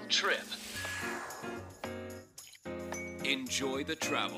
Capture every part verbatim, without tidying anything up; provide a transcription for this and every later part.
trip. Enjoy the travel.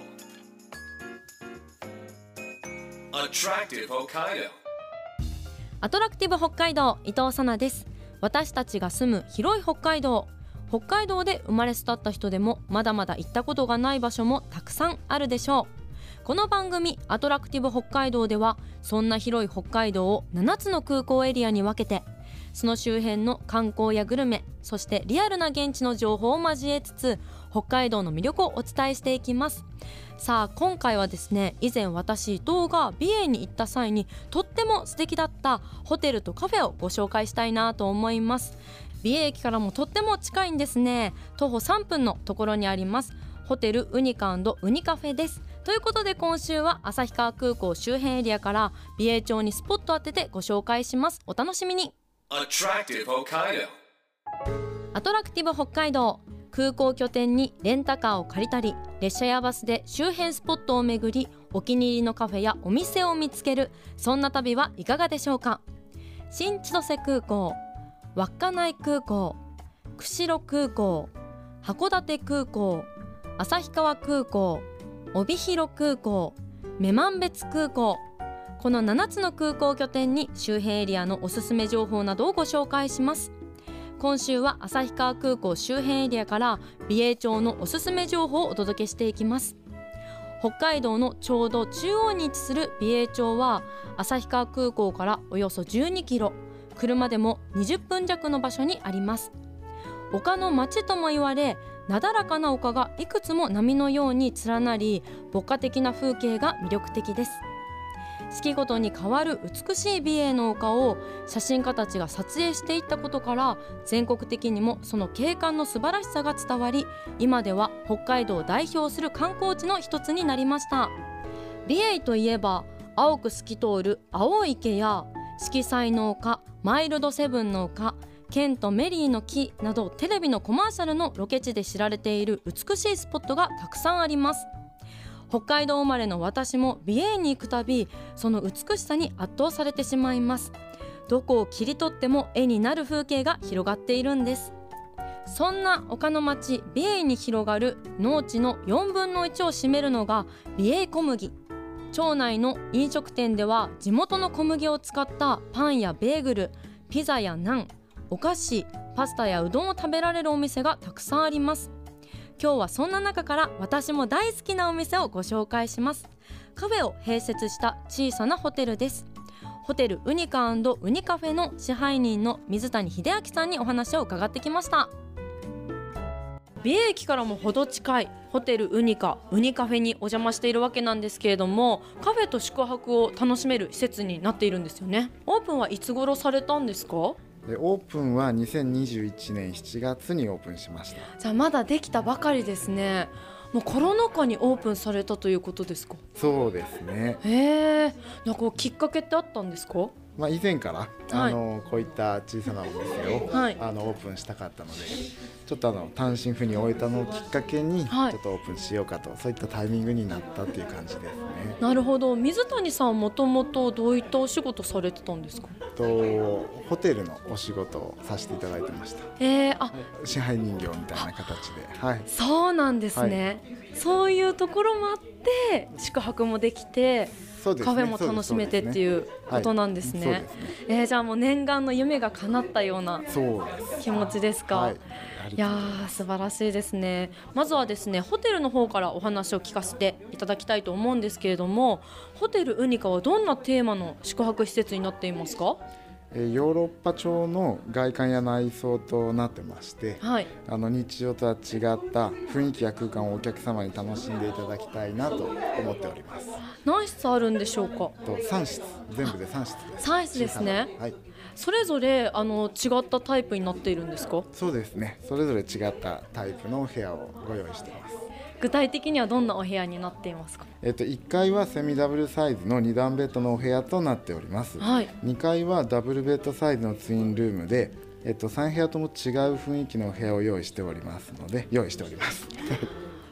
Attractive Hokkaido. アトラクティブ北海道、伊藤さなです。私たちが住む広い北海道。北海道で生まれ育った人でもまだまだ行ったことがない場所もたくさんあるでしょう。この番組アトラクティブ北海道ではそんな広い北海道をななつの空港エリアに分けて、その周辺の観光やグルメ、そしてリアルな現地の情報を交えつつ北海道の魅力をお伝えしていきます。さあ今回はですね、以前私伊藤が美瑛に行った際にとっても素敵だったホテルとカフェをご紹介したいなと思います。美瑛駅からもとっても近いんですね。徒歩さんぷんのところにありますホテルウニカ&ウニカフェです。ということで今週は旭川空港周辺エリアから美瑛町にスポットを当ててご紹介します。お楽しみに。 Attractive Hokkaido. アトラクティブ北海道、空港拠点にレンタカーを借りたり列車やバスで周辺スポットを巡りお気に入りのカフェやお店を見つける、そんな旅はいかがでしょうか。新千歳空港、稚内空港、釧路空港、函館空港、旭川空港、帯広空港、女満別空港、このななつの空港拠点に周辺エリアのおすすめ情報などをご紹介します。今週は旭川空港周辺エリアから美瑛町のおすすめ情報をお届けしていきます。北海道のちょうど中央に位置する美瑛町は旭川空港からおよそじゅうにキロ、車でもにじゅっぷん弱の場所にあります。丘の町とも言われ、なだらかな丘がいくつも波のように連なり牧歌的な風景が魅力的です。四季ごとに変わる美しい美瑛の丘を写真家たちが撮影していったことから全国的にもその景観の素晴らしさが伝わり、今では北海道を代表する観光地の一つになりました。美瑛といえば青く透き通る青い池や色彩の丘、マイルドセブンの丘、ケンとメリーの木などテレビのコマーシャルのロケ地で知られている美しいスポットがたくさんあります。北海道生まれの私も美瑛に行くたびその美しさに圧倒されてしまいます。どこを切り取っても絵になる風景が広がっているんです。そんな丘の町美瑛に広がる農地のよんぶんのいちを占めるのが美瑛小麦。町内の飲食店では地元の小麦を使ったパンやベーグル、ピザやナン、お菓子、パスタやうどんを食べられるお店がたくさんあります。今日はそんな中から私も大好きなお店をご紹介します。カフェを併設した小さなホテルです。ホテルウニカ&ウニカフェの支配人の水谷秀明さんにお話を伺ってきました。美瑛駅からもほど近いホテルウニカウニカフェにお邪魔しているわけなんですけれども、カフェと宿泊を楽しめる施設になっているんですよね。オープンはいつ頃されたんですか？ でオープンはにせんにじゅういちねんしちがつにオープンしました。 じゃあまだできたばかりですね。もうコロナ禍にオープンされたということですか？ そうですね。 へえ、なんかきっかけってあったんですか？ まあ、以前から、 はい、 あのこういった小さなお店を、 はい、 あのオープンしたかったので、ちょっとあの単身赴任を終えたのをきっかけに、 はい、 ちょっとオープンしようかと、そういったタイミングになったっていう感じですね。 なるほど。水谷さんもともとどういったお仕事されてたんですか？ とホテルのお仕事をさせていただいてました。 えー、あ支配人形みたいな形で、はい、 そうなんですね、はい、そういうところもあって宿泊もできて、そうですね、カフェも楽しめてっていうことなんですね。はい、そうですね。えー、じゃあもう念願の夢が叶ったような気持ちですか？はい、いやー素晴らしいですね。まずはですね、ホテルの方からお話を聞かせていただきたいと思うんですけれども、ホテルウニカはどんなテーマの宿泊施設になっていますか？ ヨーロッパ調の外観や内装となってまして、はい、あの日常とは違った雰囲気や空間をお客様に楽しんでいただきたいなと思っております。 何室あるんでしょうか？ とさん室、全部でさん室です。 さん室ですね。 はい、 それぞれあの違ったタイプになっているんですか？ そうですね、それぞれ違ったタイプのお部屋をご用意しています。 具体的にはどんなお部屋になっていますか？ えっと、いっかいはセミダブルサイズのにだんベッドのお部屋となっております。はい、にかいはダブルベッドサイズのツインルームで、えっと、さん部屋とも違う雰囲気のお部屋を用意しておりますので用意しております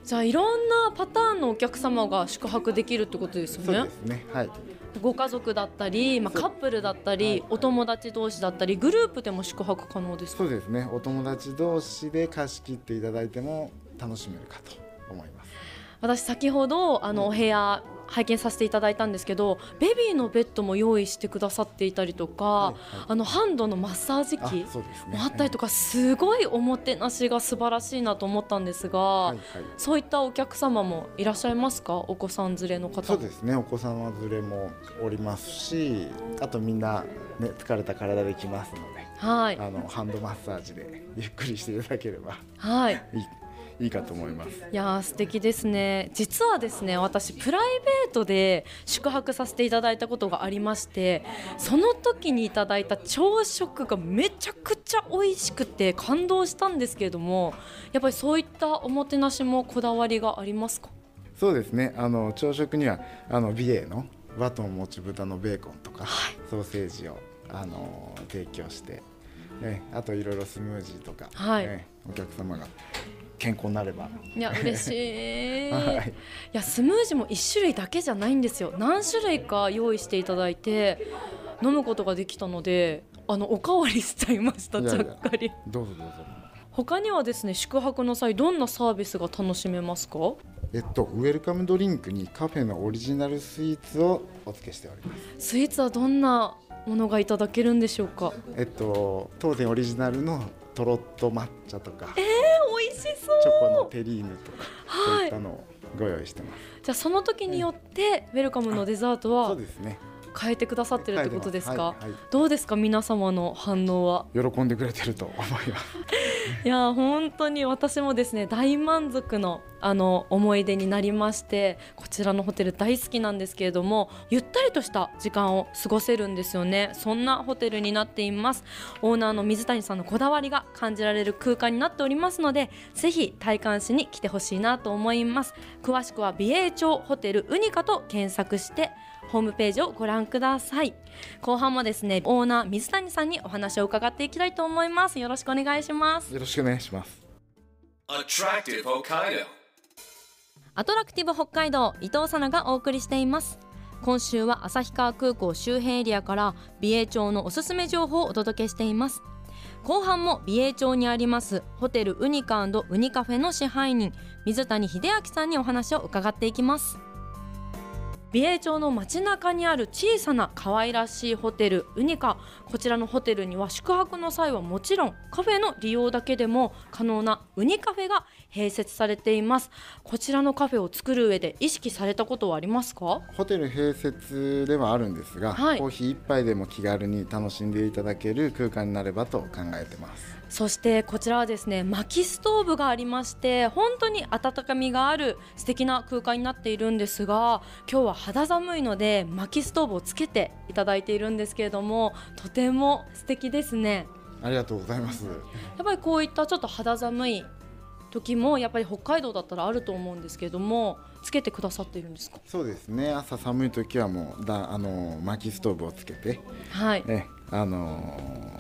じゃあいろんなパターンのお客様が宿泊できるってことですよね。 そうですね、はい、 ご家族だったり、まあ、カップルだったり、お友達同士だったりグループでも宿泊可能ですか？ そうですね、お友達同士で貸し切っていただいても楽しめるかと思います。 私先ほどあのお部屋拝見させていただいたんですけど、ベビーのベッドも用意してくださっていたりとか、はいはい、あのハンドのマッサージ機もあったりとか、すごいおもてなしが素晴らしいなと思ったんですが、はいはい、そういったお客様もいらっしゃいますか？お子さん連れの方。 そうですね、お子様連れもおりますし、あとみんな、ね、疲れた体で来ますので、はい、あのハンドマッサージでゆっくりしていただければ、はい、いいいいかと思います。 いや素敵ですね。実はですね、私プライベートで宿泊させていただいたことがありまして、その時にいただいた朝食がめちゃくちゃ美味しくて感動したんですけれども、やっぱりそういったおもてなしもこだわりがありますか？ そうですね、あの朝食にはあの美瑛の和ともち豚のベーコンとか、はい、ソーセージをあの提供して、ね、あといろいろスムージーとか、はい、ね、お客様が健康になれば。 いや嬉しい、 はい、 いやスムージーもいち種類だけじゃないんですよ。何種類か用意していただいて飲むことができたので、あのおかわりしちゃいました。ちゃっかり。 どうぞどうぞ。 他にはですね、宿泊の際どんなサービスが楽しめますか？ えっと、ウェルカムドリンクにカフェのオリジナルスイーツをお付けしております。 スイーツはどんなものがいただけるんでしょうか？ えっと、当店オリジナルのトロット抹茶とか、 えー、美味しそうチョコのテリーヌとか、はい、そういったのをご用意してます。 じゃあその時によってウェルカムのデザートはそうですね、 変えてくださってるってことですか？ はいはい、 どうですか、皆様の反応は？ 喜んでくれてると思いますいや本当に私もですね、大満足のあの思い出になりまして、こちらのホテル大好きなんですけれども、ゆったりとした時間を過ごせるんですよね。そんなホテルになっています。オーナーの水谷さんのこだわりが感じられる空間になっておりますので、ぜひ体感しに来てほしいなと思います。詳しくは美瑛町ホテルウニカと検索してホームページをご覧ください。後半もですね、オーナー水谷さんにお話を伺っていきたいと思います。よろしくお願いします。 よろしくお願いします。 Attractive Hokkaido。 アトラクティブ北海道、伊藤さながお送りしています。今週は旭川空港周辺エリアから美瑛町のおすすめ情報をお届けしています。後半も美瑛町にありますホテルウニカ&ウニカフェの支配人水谷秀明さんにお話を伺っていきます。美瑛町の街中にある小さな可愛らしいホテルウニカ、こちらのホテルには宿泊の際はもちろんカフェの利用だけでも可能なウニカフェが併設されています。こちらのカフェを作る上で意識されたことはありますか？ ホテル併設ではあるんですが、はい、コーヒー一杯でも気軽に楽しんでいただける空間になればと考えてます。 そしてこちらはですね、薪ストーブがありまして、本当に温かみがある素敵な空間になっているんですが、今日は肌寒いので薪ストーブをつけていただいているんですけれども、とても素敵ですね。 ありがとうございます。 やっぱりこういったちょっと肌寒い時もやっぱり北海道だったらあると思うんですけれども、つけてくださっているんですか？ そうですね、朝寒い時はもうだあの薪ストーブをつけて、 はい、 ね、あの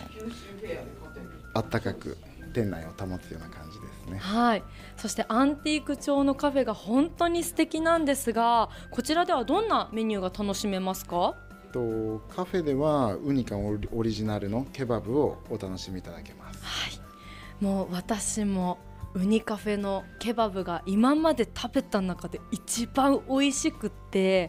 あったかく店内を保つような感じですね。 はい、そしてアンティーク調のカフェが本当に素敵なんですが、こちらではどんなメニューが楽しめますか？ とカフェではウニカオリジナルのケバブをお楽しみいただけます。 はい、もう私もウニカフェのケバブが今まで食べた中で一番美味しくって、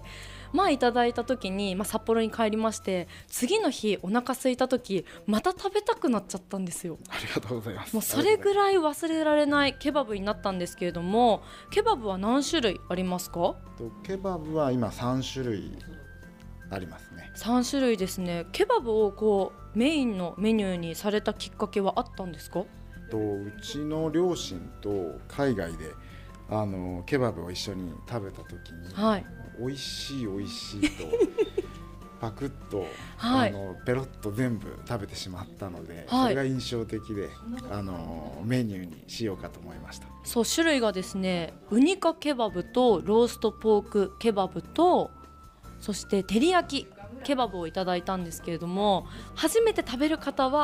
まあいただいた時に、まあ、札幌に帰りまして、次の日お腹空いた時また食べたくなっちゃったんですよ。 ありがとうございます。 もうそれぐらい忘れられないケバブになったんですけれども、ケバブは何種類ありますか？ ケバブは今さん種類ありますね。 さん種類ですね。ケバブをこうメインのメニューにされたきっかけはあったんですか？ とうちの両親と海外であのケバブを一緒に食べた時に、はい、美味しい美味しいとパクッと、はい、あのペロッと全部食べてしまったので、はい、それが印象的であのメニューにしようかと思いました。 そう、種類がですね、ウニカケバブとローストポークケバブと、そして照り焼きケバブをいただいたんですけれども、初めて食べる方は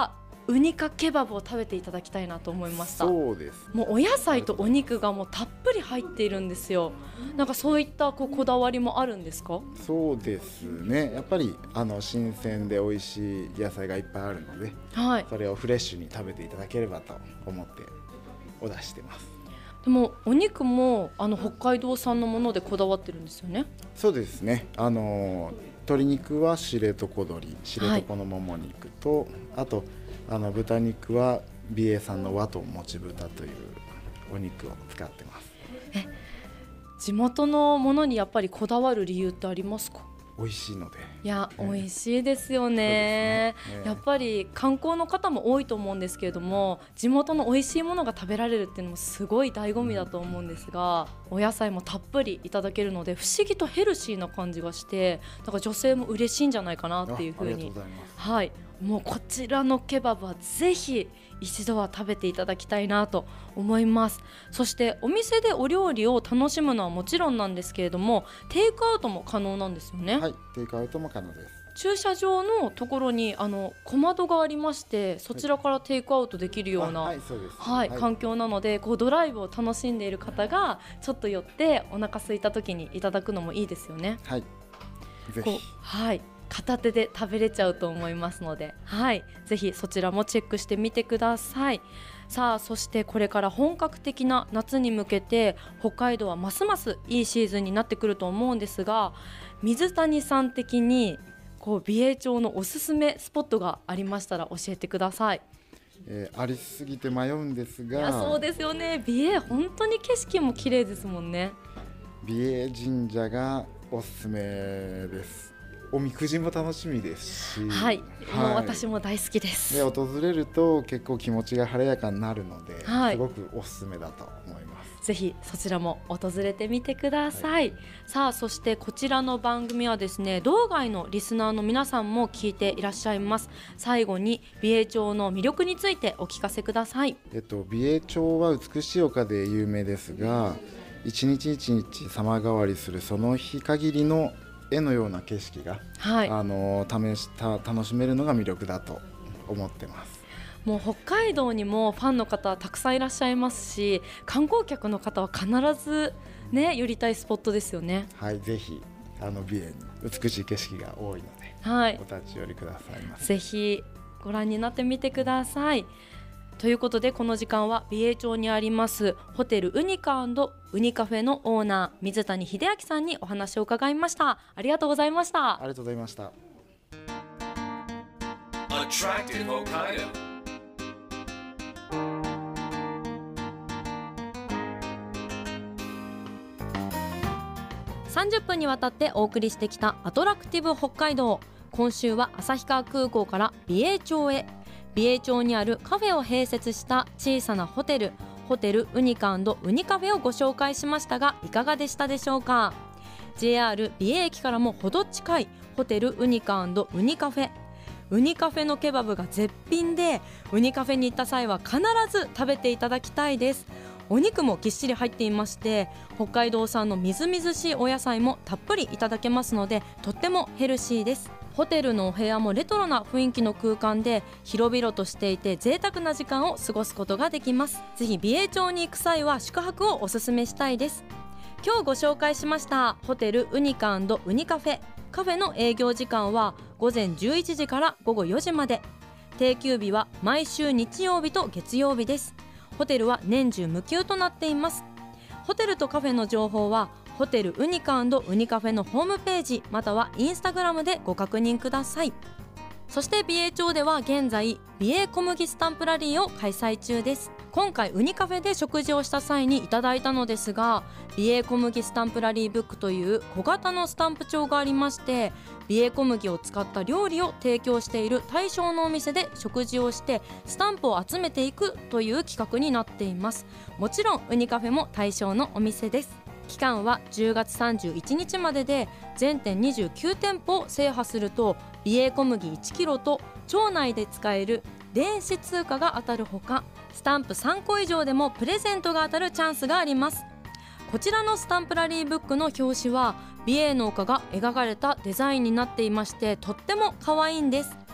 ウニカケバブを食べていただきたいなと思いました。 そうです。 もうお野菜とお肉がもうたっぷり入っているんですよ。なんかそういったこうこだわりもあるんですか？ そうですね、やっぱりあの新鮮で美味しい野菜がいっぱいあるので、はい、それをフレッシュに食べていただければと思ってお出してます。 でもお肉もあの北海道産のものでこだわってるんですよね。 そうですね、あの鶏肉は知床鶏、知床のもも肉と、はい、あとあの豚肉は美瑛産の和ともち豚というお肉を使ってます。 え、地元のものにやっぱりこだわる理由ってありますか？ 美味しいので。 いや、えー、美味しいですよ ね, ですね、えー、やっぱり観光の方も多いと思うんですけれども、地元の美味しいものが食べられるっていうのもすごい醍醐味だと思うんですが、お野菜もたっぷりいただけるので不思議とヘルシーな感じがして、だから女性も嬉しいんじゃないかなっていうふうに。ありがとうございます。はい、もうこちらのケバブはぜひ一度は食べていただきたいなと思います。そしてお店でお料理を楽しむのはもちろんなんですけれども、テイクアウトも可能なんですよね。 はい、テイクアウトも可能です。 駐車場のところにあの小窓がありまして、そちらからテイクアウトできるような、はいはい、環境なので、こうドライブを楽しんでいる方がちょっと寄ってお腹空いた時にいただくのもいいですよね。 はい、ぜひ、はい、片手で食べれちゃうと思いますので、はい、ぜひそちらもチェックしてみてください。さあ、そしてこれから本格的な夏に向けて北海道はますますいいシーズンになってくると思うんですが、水谷さん的にこう美瑛町のおすすめスポットがありましたら教えてください。 えー、ありすぎて迷うんですが。 いや、そうですよね、美瑛本当に景色も綺麗ですもんね。 美瑛神社がおすすめです。おみくじも楽しみですし、 はい、はい、もう私も大好きです。 で、訪れると結構気持ちが晴れやかになるので、はい、すごくおすすめだと思います。 ぜひそちらも訪れてみてください、はい、さあ、そしてこちらの番組はですね、道外のリスナーの皆さんも聞いていらっしゃいます。最後に美瑛町の魅力についてお聞かせください。 えっと、美瑛町は美しい丘で有名ですが、一日一日様変わりするその日限りの絵のような景色が、はい、あの試した楽しめるのが魅力だと思ってます。 もう北海道にもファンの方たくさんいらっしゃいますし、観光客の方は必ず、ね、寄りたいスポットですよね。 はい、ぜひあの美瑛に美しい景色が多いので、はい、お立ち寄りくださいませ。 ぜひご覧になってみてください。ということで、この時間は美瑛町にありますホテルウニカ&ウニカフェのオーナー水谷秀明さんにお話を伺いました。ありがとうございました。 ありがとうございました。 Attractive Hokkaido。 さんじゅっぷんにわたってお送りしてきたアトラクティブ北海道。今週は旭川空港から美瑛町へ。美瑛町にあるカフェを併設した小さなホテル、ホテルウニカ&ウニカフェをご紹介しましたが、いかがでしたでしょうか。 ジェイアール 美瑛駅からもほど近いホテルウニカ&ウニカフェ。ウニカフェのケバブが絶品で、ウニカフェに行った際は必ず食べていただきたいです。お肉もぎっしり入っていまして、北海道産のみずみずしいお野菜もたっぷりいただけますので、とってもヘルシーです。ホテルのお部屋もレトロな雰囲気の空間で広々としていて、贅沢な時間を過ごすことができます。ぜひ美瑛町に行く際は宿泊をおすすめしたいです。今日ご紹介しましたホテルウニカ&ウニカフェ。カフェの営業時間はごぜんじゅういちじからごごよじまで。定休日は毎週日曜日と月曜日です。ホテルは年中無休となっています。ホテルとカフェの情報はホテルウニカ&ウニカフェのホームページまたはインスタグラムでご確認ください。そして美瑛町では現在美瑛小麦スタンプラリーを開催中です。今回ウニカフェで食事をした際にいただいたのですが、美瑛小麦スタンプラリーブックという小型のスタンプ帳がありまして、美瑛小麦を使った料理を提供している対象のお店で食事をしてスタンプを集めていくという企画になっています。もちろんウニカフェも対象のお店です。期間はじゅうがつさんじゅういちにちまでで、全店にじゅうきゅうてんぽを制覇すると美瑛小麦いちキロと町内で使える電子通貨が当たるほか、スタンプさんこ以上でもプレゼントが当たるチャンスがあります。こちらのスタンプラリーブックの表紙は美瑛の丘が描かれたデザインになっていまして、とっても可愛いんです。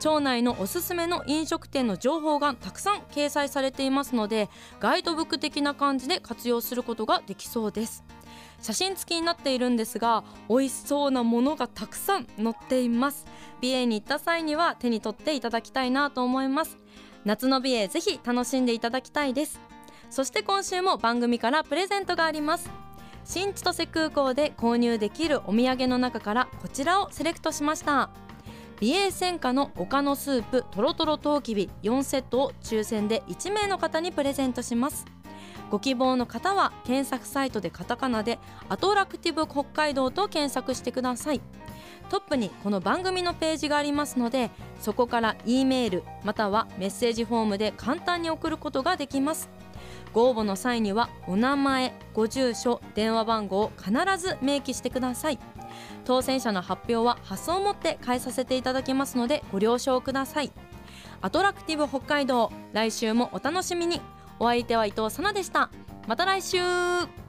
町内のおすすめの飲食店の情報がたくさん掲載されていますので、ガイドブック的な感じで活用することができそうです。写真付きになっているんですが、美味しそうなものがたくさん載っています。美瑛に行った際には手に取っていただきたいなと思います。夏の美瑛ぜひ楽しんでいただきたいです。そして今週も番組からプレゼントがあります。新千歳空港で購入できるお土産の中からこちらをセレクトしました。美瑛専科の岡のスープとろとろとうきびよんセットを抽選でいち名の方にプレゼントします。ご希望の方は検索サイトでカタカナでアトラクティブ北海道と検索してください。トップにこの番組のページがありますので、そこから E メールまたはメッセージフォームで簡単に送ることができます。ご応募の際にはお名前、ご住所、電話番号を必ず明記してください。当選者の発表は発送をもって返させていただきますのでご了承ください。アトラクティブ北海道、来週もお楽しみに。お相手は伊藤さなでした。また来週。